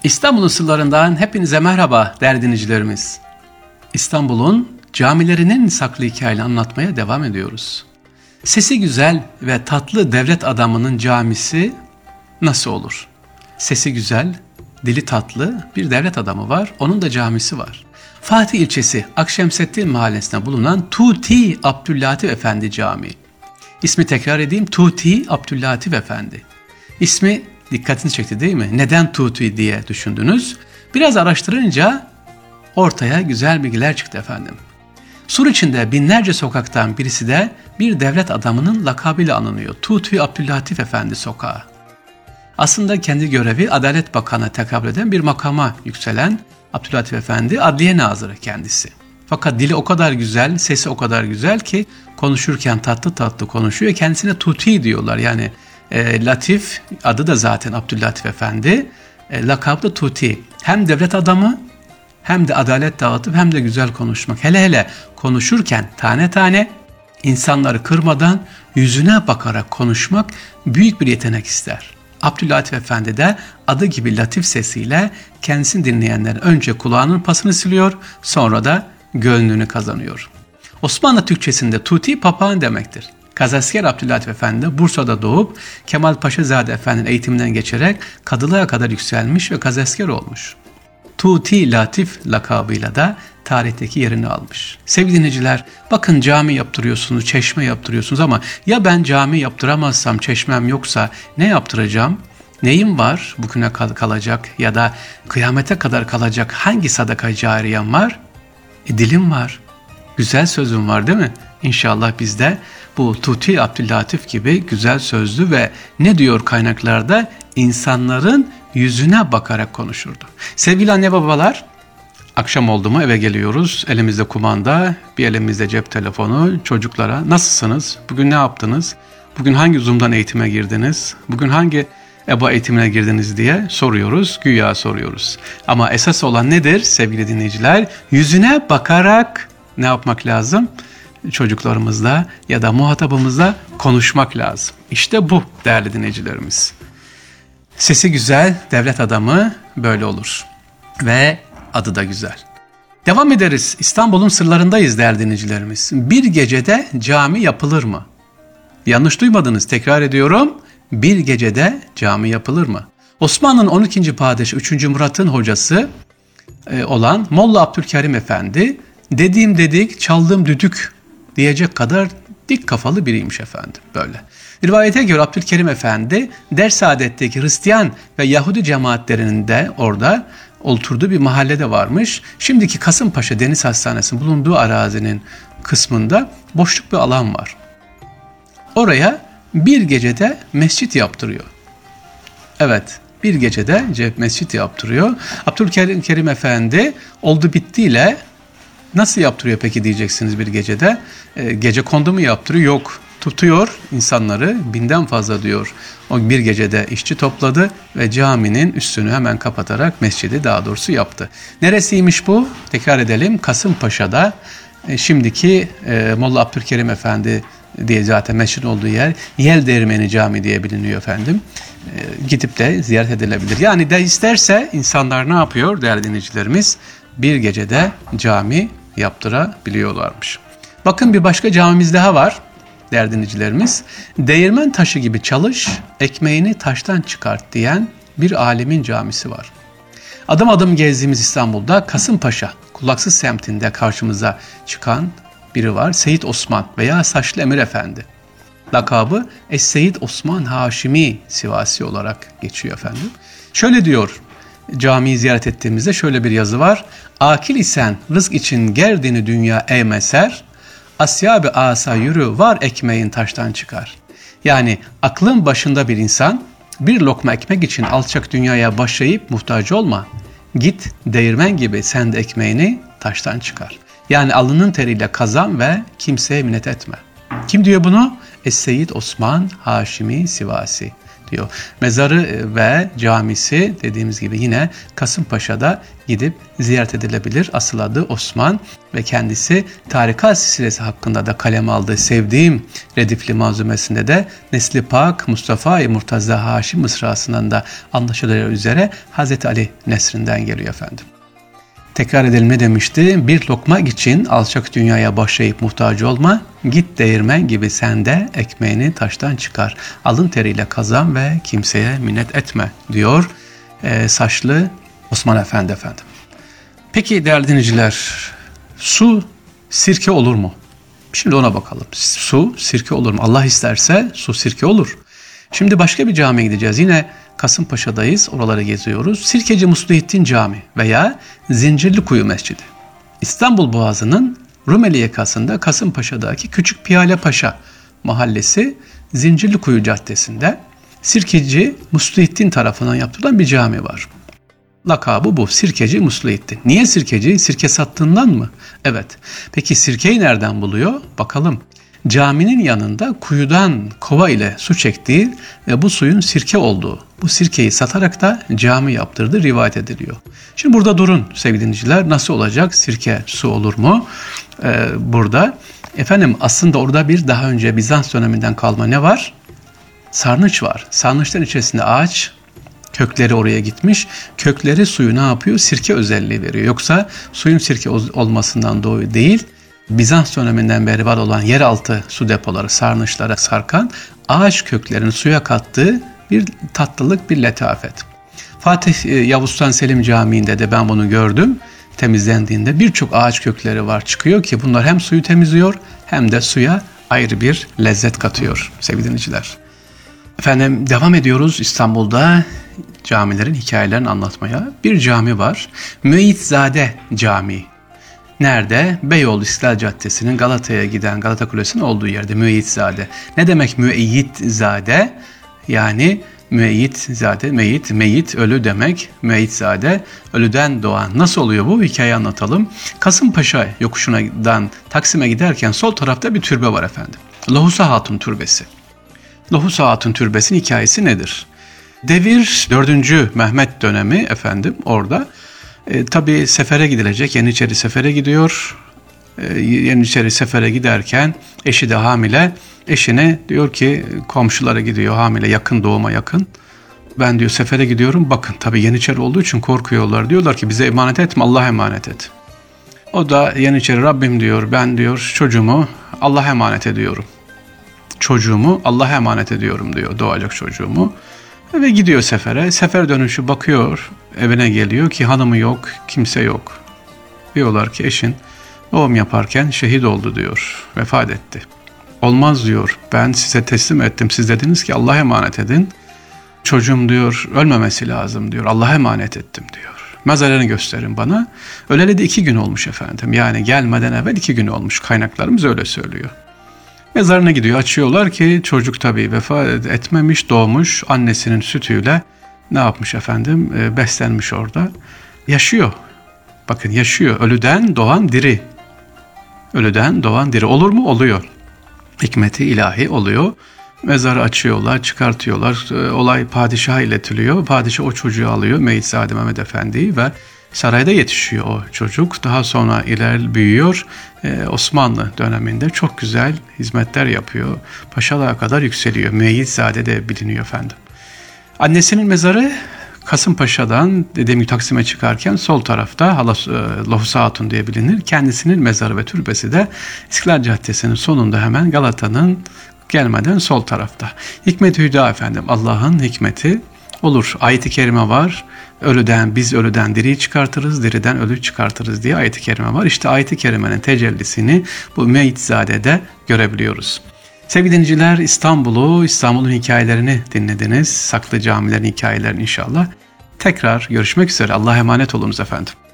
İstanbul'un sırlarından hepinize merhaba değerli dinleyicilerimiz. İstanbul'un camilerinin saklı hikayelerini anlatmaya devam ediyoruz. Sesi güzel ve tatlı devlet adamının camisi nasıl olur? Sesi güzel, dili tatlı bir devlet adamı var, onun da camisi var. Fatih ilçesi Akşemseddin mahallesinde bulunan Tuti Abdüllatif Efendi Camii. İsmi tekrar edeyim, Tuti Abdüllatif Efendi. İsmi dikkatini çekti değil mi? Neden Tuti diye düşündünüz? Biraz araştırınca ortaya güzel bilgiler çıktı efendim. Sur içinde binlerce sokaktan birisi de bir devlet adamının lakabıyla anılıyor. Tuti Abdüllatif Efendi Sokağı. Aslında kendi görevi Adalet Bakanı'na tekabül eden bir makama yükselen Abdüllatif Efendi Adliye Nazırı kendisi. Fakat dili o kadar güzel, sesi o kadar güzel ki konuşurken tatlı tatlı konuşuyor. Kendisine Tuti diyorlar. Yani Latif, adı da zaten Abdüllatif Efendi, lakabı da Tuti. Hem devlet adamı hem de adalet dağıtıp hem de güzel konuşmak. Hele hele konuşurken tane tane insanları kırmadan yüzüne bakarak konuşmak büyük bir yetenek ister. Abdüllatif Efendi de adı gibi latif sesiyle kendisini dinleyenlerin önce kulağının pasını siliyor, sonra da gönlünü kazanıyor. Osmanlı Türkçesinde Tuti papağan demektir. Kazasker Abdüllatif Efendi Bursa'da doğup Kemal Paşazade Efendi'nin eğitiminden geçerek kadılığa kadar yükselmiş ve kazasker olmuş. Tuti Latif lakabıyla da tarihteki yerini almış. Sevgili dinleyiciler, bakın cami yaptırıyorsunuz, çeşme yaptırıyorsunuz ama ya ben cami yaptıramazsam, çeşmem yoksa ne yaptıracağım? Neyim var bugüne kalacak ya da kıyamete kadar kalacak hangi sadaka cariyem var? Dilim var, güzel sözüm var değil mi? İnşallah biz de bu Tuti Abdüllatif gibi güzel sözlü ve ne diyor kaynaklarda? İnsanların yüzüne bakarak konuşurdu. Sevgili anne babalar, akşam oldu mu eve geliyoruz. Elimizde kumanda, bir elimizde cep telefonu. Çocuklara nasılsınız? Bugün ne yaptınız? Bugün hangi Zoom'dan eğitime girdiniz? Bugün hangi EBA eğitimine girdiniz diye soruyoruz. Güya soruyoruz. Ama esas olan nedir sevgili dinleyiciler? Yüzüne bakarak ne yapmak lazım? Çocuklarımızla ya da muhatabımızla konuşmak lazım. İşte bu değerli dinleyicilerimiz. Sesi güzel, devlet adamı böyle olur. Ve adı da güzel. Devam ederiz. İstanbul'un sırlarındayız değerli dinleyicilerimiz. Bir gecede cami yapılır mı? Yanlış duymadınız, tekrar ediyorum. Bir gecede cami yapılır mı? Osmanlı'nın 12. Padişahı 3. Murat'ın hocası olan Molla Abdülkerim Efendi, dediğim dedik, çaldığım düdük diyecek kadar dik kafalı biriymiş efendim böyle. Rivayete göre Abdülkerim Efendi Dersaadet'teki Hristiyan ve Yahudi cemaatlerinin de orada oturduğu bir mahallede varmış. Şimdiki Kasımpaşa Deniz Hastanesi'nin bulunduğu arazinin kısmında boşluk bir alan var. Oraya bir gecede mescit yaptırıyor. Evet, bir gecede mescit yaptırıyor. Abdülkerim Efendi oldu bittiyle nasıl yaptırıyor peki diyeceksiniz bir gecede. Gece kondu mu yaptırıyor? Yok. Tutuyor insanları, 1000'den fazla diyor. O bir gecede işçi topladı ve caminin üstünü hemen kapatarak mescidi daha doğrusu yaptı. Neresiymiş bu? Tekrar edelim. Kasımpaşa'da şimdiki Molla Abdülkerim Efendi diye zaten mescidin olduğu yer Yeldermeni Camii diye biliniyor efendim. Gidip de ziyaret edilebilir. Yani de isterse insanlar ne yapıyor değerli dinleyicilerimiz? Bir gecede cami yaptırabiliyorlarmış. Bakın bir başka camimiz daha var değerli dinleyicilerimiz. Değirmen taşı gibi çalış, ekmeğini taştan çıkart diyen bir alimin camisi var. Adım adım gezdiğimiz İstanbul'da Kasımpaşa, Kulaksız semtinde karşımıza çıkan biri var. Seyit Osman veya Saçlı Emir Efendi. Lakabı Es-Seyit Osman Haşimi Sivasi olarak geçiyor efendim. Şöyle diyor, camiyi ziyaret ettiğimizde şöyle bir yazı var. Akil isen rızk için gerdini dünya eğmeser, Asyab-ı asa yürü var ekmeğin taştan çıkar. Yani aklın başında bir insan bir lokma ekmek için alçak dünyaya başlayıp muhtaç olma. Git değirmen gibi sen de ekmeğini taştan çıkar. Yani alnının teriyle kazan ve kimseye minnet etme. Kim diyor bunu? Es-Seyyid Osman Haşimi Sivasi diyor. Mezarı ve camisi dediğimiz gibi yine Kasımpaşa'da gidip ziyaret edilebilir. Asıl adı Osman ve kendisi tarikat silsilesi hakkında da kaleme aldığı Sevdiğim redifli manzumesinde de Nesli Pak Mustafa-i Murtaza Haşim mısrasından da anlaşılacağı üzere Hazreti Ali nesrinden geliyor efendim. Tekrar edelim, ne demişti? Bir lokma için alçak dünyaya başlayıp muhtaç olma. Git değirmen gibi sen de ekmeğini taştan çıkar. Alın teriyle kazan ve kimseye minnet etme diyor saçlı Osman Efendi efendim. Peki değerli dinleyiciler, su sirke olur mu? Şimdi ona bakalım. Su sirke olur mu? Allah isterse su sirke olur. Şimdi başka bir camiye gideceğiz. Yine Kasımpaşa'dayız, oraları geziyoruz. Sirkeci Musluhittin Cami veya Zincirlikuyu Mescidi. İstanbul Boğazı'nın Rumeli yakasında Kasımpaşa'daki Küçük Piyale Paşa mahallesi Zincirlikuyu Caddesi'nde Sirkeci Musluhittin tarafından yaptırılan bir cami var. Lakabı bu, Sirkeci Musluhittin. Niye sirkeci? Sirke sattığından mı? Evet. Peki sirkeyi nereden buluyor? Bakalım. Caminin yanında kuyudan kova ile su çektiği ve bu suyun sirke olduğu, bu sirkeyi satarak da cami yaptırdığı rivayet ediliyor. Şimdi burada durun sevgili dinleyiciler, nasıl olacak? Sirke su olur mu? Burada efendim aslında orada bir daha önce Bizans döneminden kalma ne var? Sarnıç var. Sarnıçların içerisinde ağaç kökleri oraya gitmiş. Kökleri suyu ne yapıyor? Sirke özelliği veriyor. Yoksa suyun sirke olmasından dolayı değil, Bizans döneminden beri var olan yeraltı su depoları, sarnıçlara sarkan ağaç köklerinin suya kattığı bir tatlılık, bir letafet. Fatih Yavuz Sultan Selim Camii'nde de ben bunu gördüm. Temizlendiğinde birçok ağaç kökleri var, çıkıyor ki bunlar hem suyu temizliyor hem de suya ayrı bir lezzet katıyor sevgili dinleyiciler. Efendim devam ediyoruz İstanbul'da camilerin hikayelerini anlatmaya. Bir cami var, Müeyyitzade Camii. Nerede? Beyoğlu İstiklal Caddesi'nin Galata'ya giden Galata Kulesi'nin olduğu yerde Müeyyitzade. Ne demek Müeyyitzade? Yani Müeyyitzade, meyit, ölü demek. Müeyyitzade, ölüden doğan. Nasıl oluyor bu? Hikayeyi anlatalım. Kasımpaşa yokuşundan Taksim'e giderken sol tarafta bir türbe var efendim. Lohusa Hatun Türbesi. Lohusa Hatun Türbesi'nin hikayesi nedir? Devir 4. Mehmet dönemi efendim orada. Tabii sefere gidilecek. Yeniçeri sefere gidiyor. Yeniçeri sefere giderken eşi de hamile. Eşine diyor ki komşulara gidiyor hamile, yakın, doğuma yakın. Ben diyor sefere gidiyorum. Bakın tabii Yeniçeri olduğu için korkuyorlar. Diyorlar ki bize emanet etme, Allah'a emanet et. O da Yeniçeri, Rabbim diyor, ben diyor çocuğumu Allah'a emanet ediyorum. Çocuğumu Allah'a emanet ediyorum diyor, doğacak çocuğumu. Ve gidiyor sefere. Sefer dönüşü bakıyor, evine geliyor ki hanımı yok, kimse yok. Diyorlar ki eşin doğum yaparken şehit oldu diyor, vefat etti. Olmaz diyor, ben size teslim ettim, siz dediniz ki Allah'a emanet edin. Çocuğum diyor ölmemesi lazım diyor, Allah'a emanet ettim diyor. Mezarını gösterin bana. Öleli de 2 gün olmuş efendim, yani gelmeden evvel 2 gün olmuş, kaynaklarımız öyle söylüyor. Mezarına gidiyor, açıyorlar ki çocuk tabii vefat etmemiş, doğmuş, annesinin sütüyle ne yapmış efendim, beslenmiş orada. Yaşıyor. Bakın yaşıyor. Ölüden doğan diri. Ölüden doğan diri. Olur mu? Oluyor. Hikmeti ilahi oluyor. Mezarı açıyorlar, çıkartıyorlar. Olay padişaha iletiliyor. Padişah o çocuğu alıyor, Müeyyitzade Mehmet Efendi'yi ve sarayda yetişiyor o çocuk. Daha sonra büyüyor. Osmanlı döneminde çok güzel hizmetler yapıyor. Paşalığa kadar yükseliyor. Müeyyitzade de biliniyor efendim. Annesinin mezarı Kasımpaşa'dan dediğim gibi Taksim'e çıkarken sol tarafta Lohusa Hatun diye bilinir. Kendisinin mezarı ve türbesi de İstiklal Caddesi'nin sonunda hemen Galata'nın gelmeden sol tarafta. Hikmet-i Hüda efendim, Allah'ın hikmeti olur. Ayet-i kerime var. Biz ölüden diriyi çıkartırız, diriden ölü çıkartırız diye ayet-i kerime var. İşte ayet-i kerimenin tecellisini bu Müeyyitzade görebiliyoruz. Sevgili dinleyiciler, İstanbul'un hikayelerini dinlediniz. Saklı camilerin hikayelerini inşallah. Tekrar görüşmek üzere. Allah'a emanet olunuz efendim.